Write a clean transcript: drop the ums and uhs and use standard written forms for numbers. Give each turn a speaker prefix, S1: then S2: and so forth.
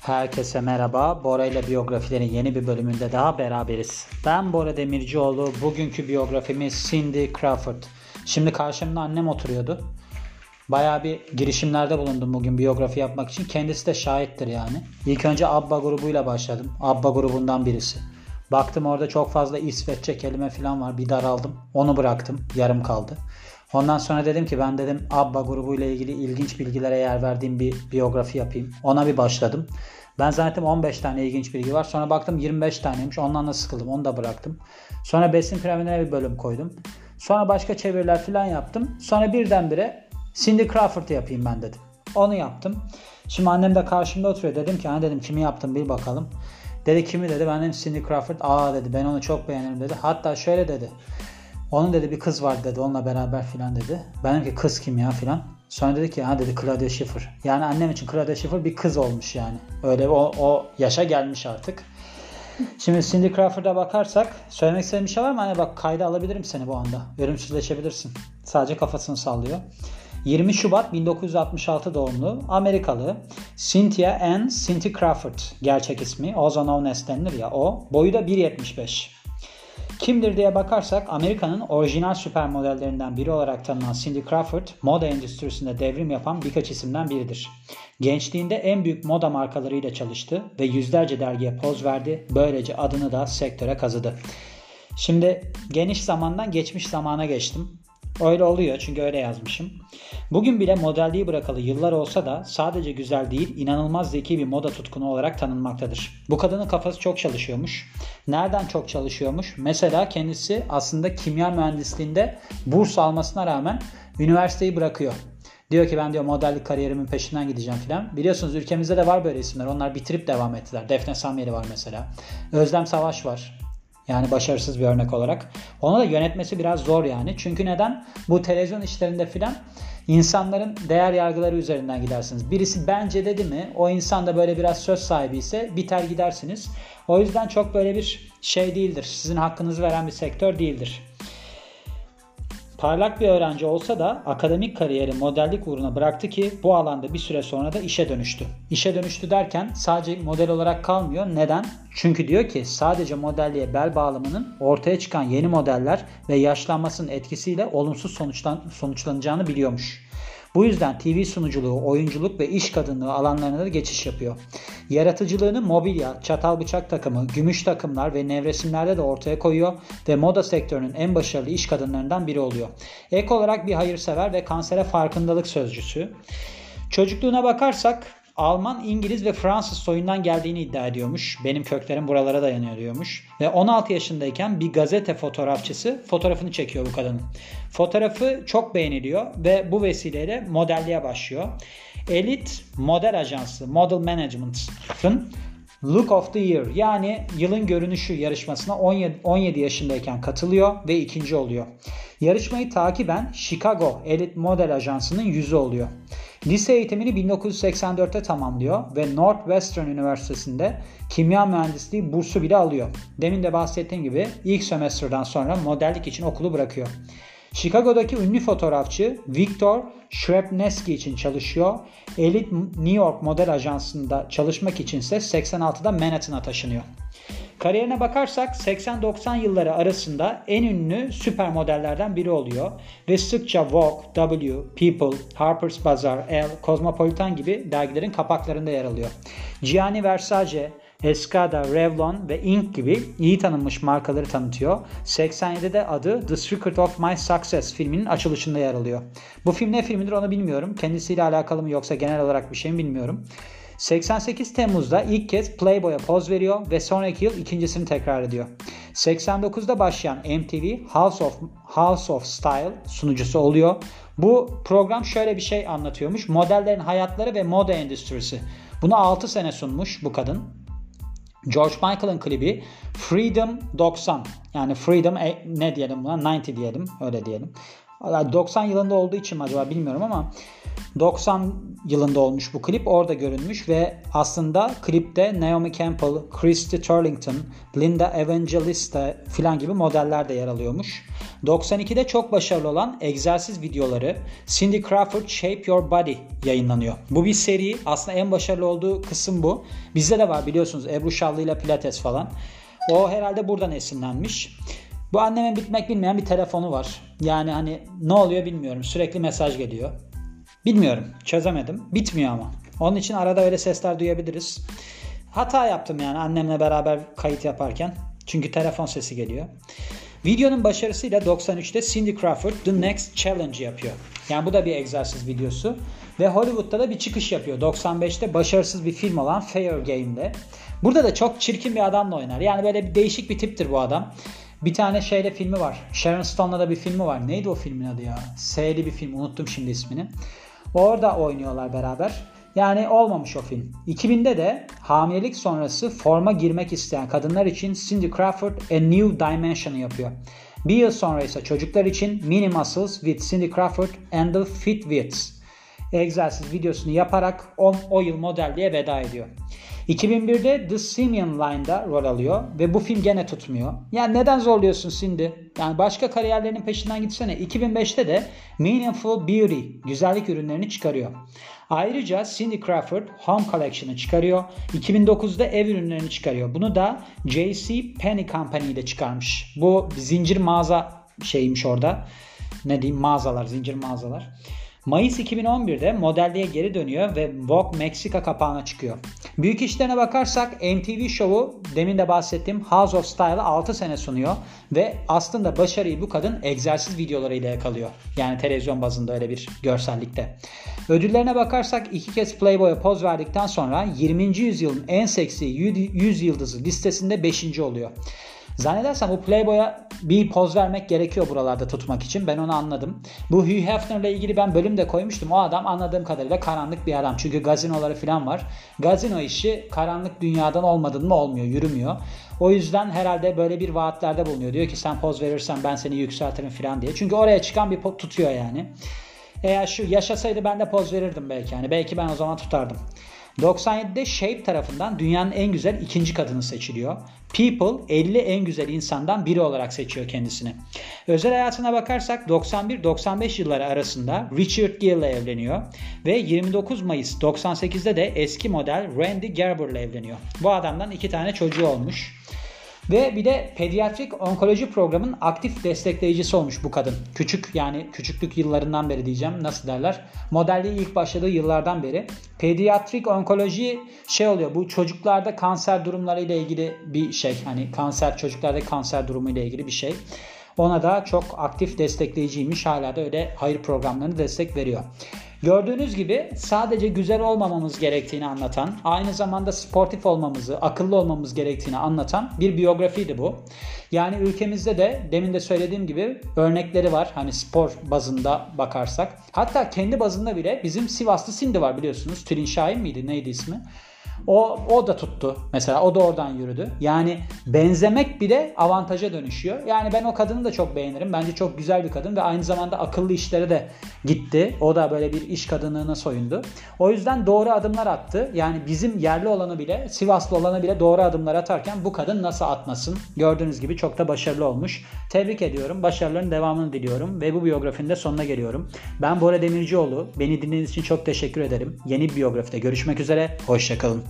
S1: Herkese merhaba. Bora ile biyografilerin yeni bir bölümünde daha beraberiz. Ben Bora Demircioğlu. Bugünkü biyografimiz Cindy Crawford. Şimdi karşımda annem oturuyordu. Bayağı bir girişimlerde bulundum bugün biyografi yapmak için. Kendisi de şahittir yani. İlk önce ABBA grubuyla başladım. ABBA grubundan birisi. Baktım orada çok fazla İsveççe kelime falan var. Bir daraldım. Onu bıraktım. Yarım kaldı. Ondan sonra dedim ki ben dedim ABBA grubuyla ilgili ilginç bilgilere yer verdiğim bir biyografi yapayım. Ona bir başladım. Ben zannettim 15 tane ilginç bilgi var. Sonra baktım 25 taneymiş. Ondan da sıkıldım. Onu da bıraktım. Sonra besin piramidine bir bölüm koydum. Sonra başka çeviriler falan yaptım. Sonra birdenbire Cindy Crawford'ı yapayım ben dedim. Onu yaptım. Şimdi annem de karşımda oturuyor. Dedim ki dedim kimi yaptım bil bakalım. Dedi kimi dedi. Ben dedim Cindy Crawford. Dedi ben onu çok beğenirim dedi. Hatta şöyle dedi. Onun dedi bir kız var dedi. Onunla beraber filan dedi. Ben dedim ki kız kim ya filan. Sonra dedi ki dedi Claudia Schiffer. Yani annem için Claudia Schiffer bir kız olmuş yani. Öyle o yaşa gelmiş artık. Şimdi Cindy Crawford'a bakarsak söylemek istediğim bir şey var mı? Bak kayda alabilirim seni bu anda. Ölümsüzleşebilirsin. Sadece kafasını sallıyor. 20 Şubat 1966 doğumlu Amerikalı Cynthia Ann Cindy Crawford gerçek ismi. Also known as denilir ya o. Boyu da 1.75. Kimdir diye bakarsak Amerika'nın orijinal süper modellerinden biri olarak tanınan Cindy Crawford, moda endüstrisinde devrim yapan birkaç isimden biridir. Gençliğinde en büyük moda markalarıyla çalıştı ve yüzlerce dergiye poz verdi. Böylece adını da sektöre kazıdı. Şimdi geniş zamandan geçmiş zamana geçtim. Öyle oluyor çünkü öyle yazmışım. Bugün bile modelliği bırakalı yıllar olsa da sadece güzel değil, inanılmaz zeki bir moda tutkunu olarak tanınmaktadır. Bu kadının kafası çok çalışıyormuş. Nereden çok çalışıyormuş? Mesela kendisi aslında kimya mühendisliğinde burs almasına rağmen üniversiteyi bırakıyor. Diyor ki ben diyor modellik kariyerimin peşinden gideceğim filan. Biliyorsunuz ülkemizde de var böyle isimler. Onlar bitirip devam ettiler. Defne Samyeli var mesela. Özlem Savaş var. Yani başarısız bir örnek olarak. Onu da yönetmesi biraz zor yani. Çünkü neden? Bu televizyon işlerinde filan insanların değer yargıları üzerinden gidersiniz. Birisi bence dedi mi o insan da böyle biraz söz sahibi ise biter gidersiniz. O yüzden çok böyle bir şey değildir. Sizin hakkınızı veren bir sektör değildir. Parlak bir öğrenci olsa da akademik kariyeri modellik uğruna bıraktı ki bu alanda bir süre sonra da işe dönüştü. İşe dönüştü derken sadece model olarak kalmıyor. Neden? Çünkü diyor ki sadece modelliğe bel bağlamanın ortaya çıkan yeni modeller ve yaşlanmasının etkisiyle olumsuz sonuçlanacağını biliyormuş. Bu yüzden TV sunuculuğu, oyunculuk ve iş kadınlığı alanlarına da geçiş yapıyor. Yaratıcılığını mobilya, çatal bıçak takımı, gümüş takımlar ve nevresimlerde de ortaya koyuyor ve moda sektörünün en başarılı iş kadınlarından biri oluyor. Ek olarak bir hayırsever ve kansere farkındalık sözcüsü. Çocukluğuna bakarsak Alman, İngiliz ve Fransız soyundan geldiğini iddia ediyormuş. Benim köklerim buralara dayanıyor diyormuş. Ve 16 yaşındayken bir gazete fotoğrafçısı fotoğrafını çekiyor bu kadının. Fotoğrafı çok beğeniliyor ve bu vesileyle modelliğe başlıyor. Elite Model Ajansı Model Management'ın Look of the Year yani yılın görünüşü yarışmasına 17 yaşındayken katılıyor ve ikinci oluyor. Yarışmayı takiben Chicago Elite Model Ajansı'nın yüzü oluyor. Lise eğitimini 1984'te tamamlıyor ve Northwestern Üniversitesi'nde kimya mühendisliği bursu bile alıyor. Demin de bahsettiğim gibi ilk sömestrden sonra modellik için okulu bırakıyor. Chicago'daki ünlü fotoğrafçı Victor Shrepneski için çalışıyor. Elite New York Model Ajansı'nda çalışmak içinse 86'da Manhattan'a taşınıyor. Kariyerine bakarsak 80-90 yılları arasında en ünlü süper modellerden biri oluyor ve sıkça Vogue, W, People, Harper's Bazaar, Elle, Cosmopolitan gibi dergilerin kapaklarında yer alıyor. Gianni Versace, Escada, Revlon ve Inc gibi iyi tanınmış markaları tanıtıyor. 87'de adı The Secret of My Success filminin açılışında yer alıyor. Bu film ne filmidir onu bilmiyorum. Kendisiyle alakalı mı yoksa genel olarak bir şey mi bilmiyorum. 88 Temmuz'da ilk kez Playboy'a poz veriyor ve sonraki yıl ikincisini tekrar ediyor. 89'da başlayan MTV House of Style sunucusu oluyor. Bu program şöyle bir şey anlatıyormuş. Modellerin hayatları ve moda endüstrisi. Bunu 6 sene sunmuş bu kadın. George Michael'ın klibi Freedom 90 yani Freedom ne diyelim buna 90 diyelim öyle diyelim. 90 yılında olduğu için mi acaba bilmiyorum ama 90 yılında olmuş bu klip. Orada görünmüş ve aslında klipte Naomi Campbell, Christy Turlington, Linda Evangelista filan gibi modeller de yer alıyormuş. 92'de çok başarılı olan egzersiz videoları Cindy Crawford Shape Your Body yayınlanıyor. Bu bir seri. Aslında en başarılı olduğu kısım bu. Bizde de var biliyorsunuz, Ebru Şallı ile Pilates falan. O herhalde buradan esinlenmiş. Bu annemin bitmek bilmeyen bir telefonu var. Yani hani ne oluyor bilmiyorum. Sürekli mesaj geliyor. Bilmiyorum. Çözemedim. Bitmiyor ama. Onun için arada öyle sesler duyabiliriz. Hata yaptım yani annemle beraber kayıt yaparken. Çünkü telefon sesi geliyor. Videonun başarısıyla 93'te Cindy Crawford The Next Challenge yapıyor. Yani bu da bir egzersiz videosu. Ve Hollywood'da da bir çıkış yapıyor. 95'te başarısız bir film olan Fair Game'de. Burada da çok çirkin bir adamla oynar. Yani böyle bir değişik bir tiptir bu adam. Bir tane şeyle filmi var. Sharon Stone'la da bir filmi var. Neydi o filmin adı ya? S'li bir film. Unuttum şimdi ismini. Orada oynuyorlar beraber. Yani olmamış o film. 2000'de de hamilelik sonrası forma girmek isteyen kadınlar için Cindy Crawford A New Dimension'ı yapıyor. Bir yıl sonra ise çocuklar için Mini Muscles with Cindy Crawford and the Fitbits egzersiz videosunu yaparak o yıl modelliğe veda ediyor. 2001'de The Simeon Line'da rol alıyor ve bu film gene tutmuyor. Yani neden zorluyorsun Cindy? Yani başka kariyerlerinin peşinden gitsene. 2005'te de Meaningful Beauty güzellik ürünlerini çıkarıyor. Ayrıca Cindy Crawford Home Collection'ı çıkarıyor. 2009'da ev ürünlerini çıkarıyor. Bunu da J.C. Penney Company ile çıkarmış. Bu zincir mağaza şeymiş orada. Ne diyeyim, mağazalar, zincir mağazalar. Mayıs 2011'de modelliğe geri dönüyor ve Vogue Meksika kapağına çıkıyor. Büyük işlerine bakarsak MTV Show'u demin de bahsettiğim House of Style'ı 6 sene sunuyor ve aslında başarıyı bu kadın egzersiz videolarıyla yakalıyor. Yani televizyon bazında öyle bir görsellikte. Ödüllerine bakarsak 2 kez Playboy'a poz verdikten sonra 20. yüzyılın en seksi 100 yıldızı listesinde 5. oluyor. Zannedersem bu Playboy'a bir poz vermek gerekiyor buralarda tutmak için. Ben onu anladım. Bu Hugh Hefner'la ilgili ben bölüm de koymuştum. O adam anladığım kadarıyla karanlık bir adam. Çünkü gazinoları falan var. Gazino işi karanlık dünyadan olmadığında mı olmuyor, yürümüyor. O yüzden herhalde böyle bir vaatlerde bulunuyor. Diyor ki sen poz verirsen ben seni yükseltirim falan diye. Çünkü oraya çıkan bir tutuyor yani. Eğer şu yaşasaydı ben de poz verirdim belki. Yani belki ben o zaman tutardım. 97'de Shape tarafından dünyanın en güzel ikinci kadını seçiliyor. People 50 en güzel insandan biri olarak seçiyor kendisini. Özel hayatına bakarsak 91-95 yılları arasında Richard Gere ile evleniyor ve 29 Mayıs 98'de de eski model Randy Gerber ile evleniyor. Bu adamdan 2 tane çocuğu olmuş. Ve bir de pediatrik onkoloji programının aktif destekleyicisi olmuş bu kadın. Küçüklük yıllarından beri diyeceğim. Nasıl derler? Modelliğe ilk başladığı yıllardan beri. Pediatrik onkoloji oluyor. Bu çocuklarda kanser durumlarıyla ilgili bir şey. Hani çocuklarda kanser durumuyla ilgili bir şey. Ona da çok aktif destekleyiciymiş. Hala da öyle hayır programlarını destek veriyor. Gördüğünüz gibi sadece güzel olmamamız gerektiğini anlatan, aynı zamanda sportif olmamızı, akıllı olmamız gerektiğini anlatan bir biyografiydi bu. Yani ülkemizde de demin de söylediğim gibi örnekleri var. Hani spor bazında bakarsak. Hatta kendi bazında bile bizim Sivaslı Cindy var biliyorsunuz. Tülin Şahin miydi? Neydi ismi? O da tuttu. Mesela o da oradan yürüdü. Yani benzemek bile avantaja dönüşüyor. Yani ben o kadını da çok beğenirim. Bence çok güzel bir kadın ve aynı zamanda akıllı işlere de gitti. O da böyle bir iş kadınlığına soyundu. O yüzden doğru adımlar attı. Yani bizim yerli olanı bile, Sivaslı olanı bile doğru adımlar atarken bu kadın nasıl atmasın? Gördüğünüz gibi çok da başarılı olmuş. Tebrik ediyorum. Başarıların devamını diliyorum ve bu biyografinin de sonuna geliyorum. Ben Bora Demircioğlu. Beni dinlediğiniz için çok teşekkür ederim. Yeni bir biyografide görüşmek üzere. Hoşça kalın.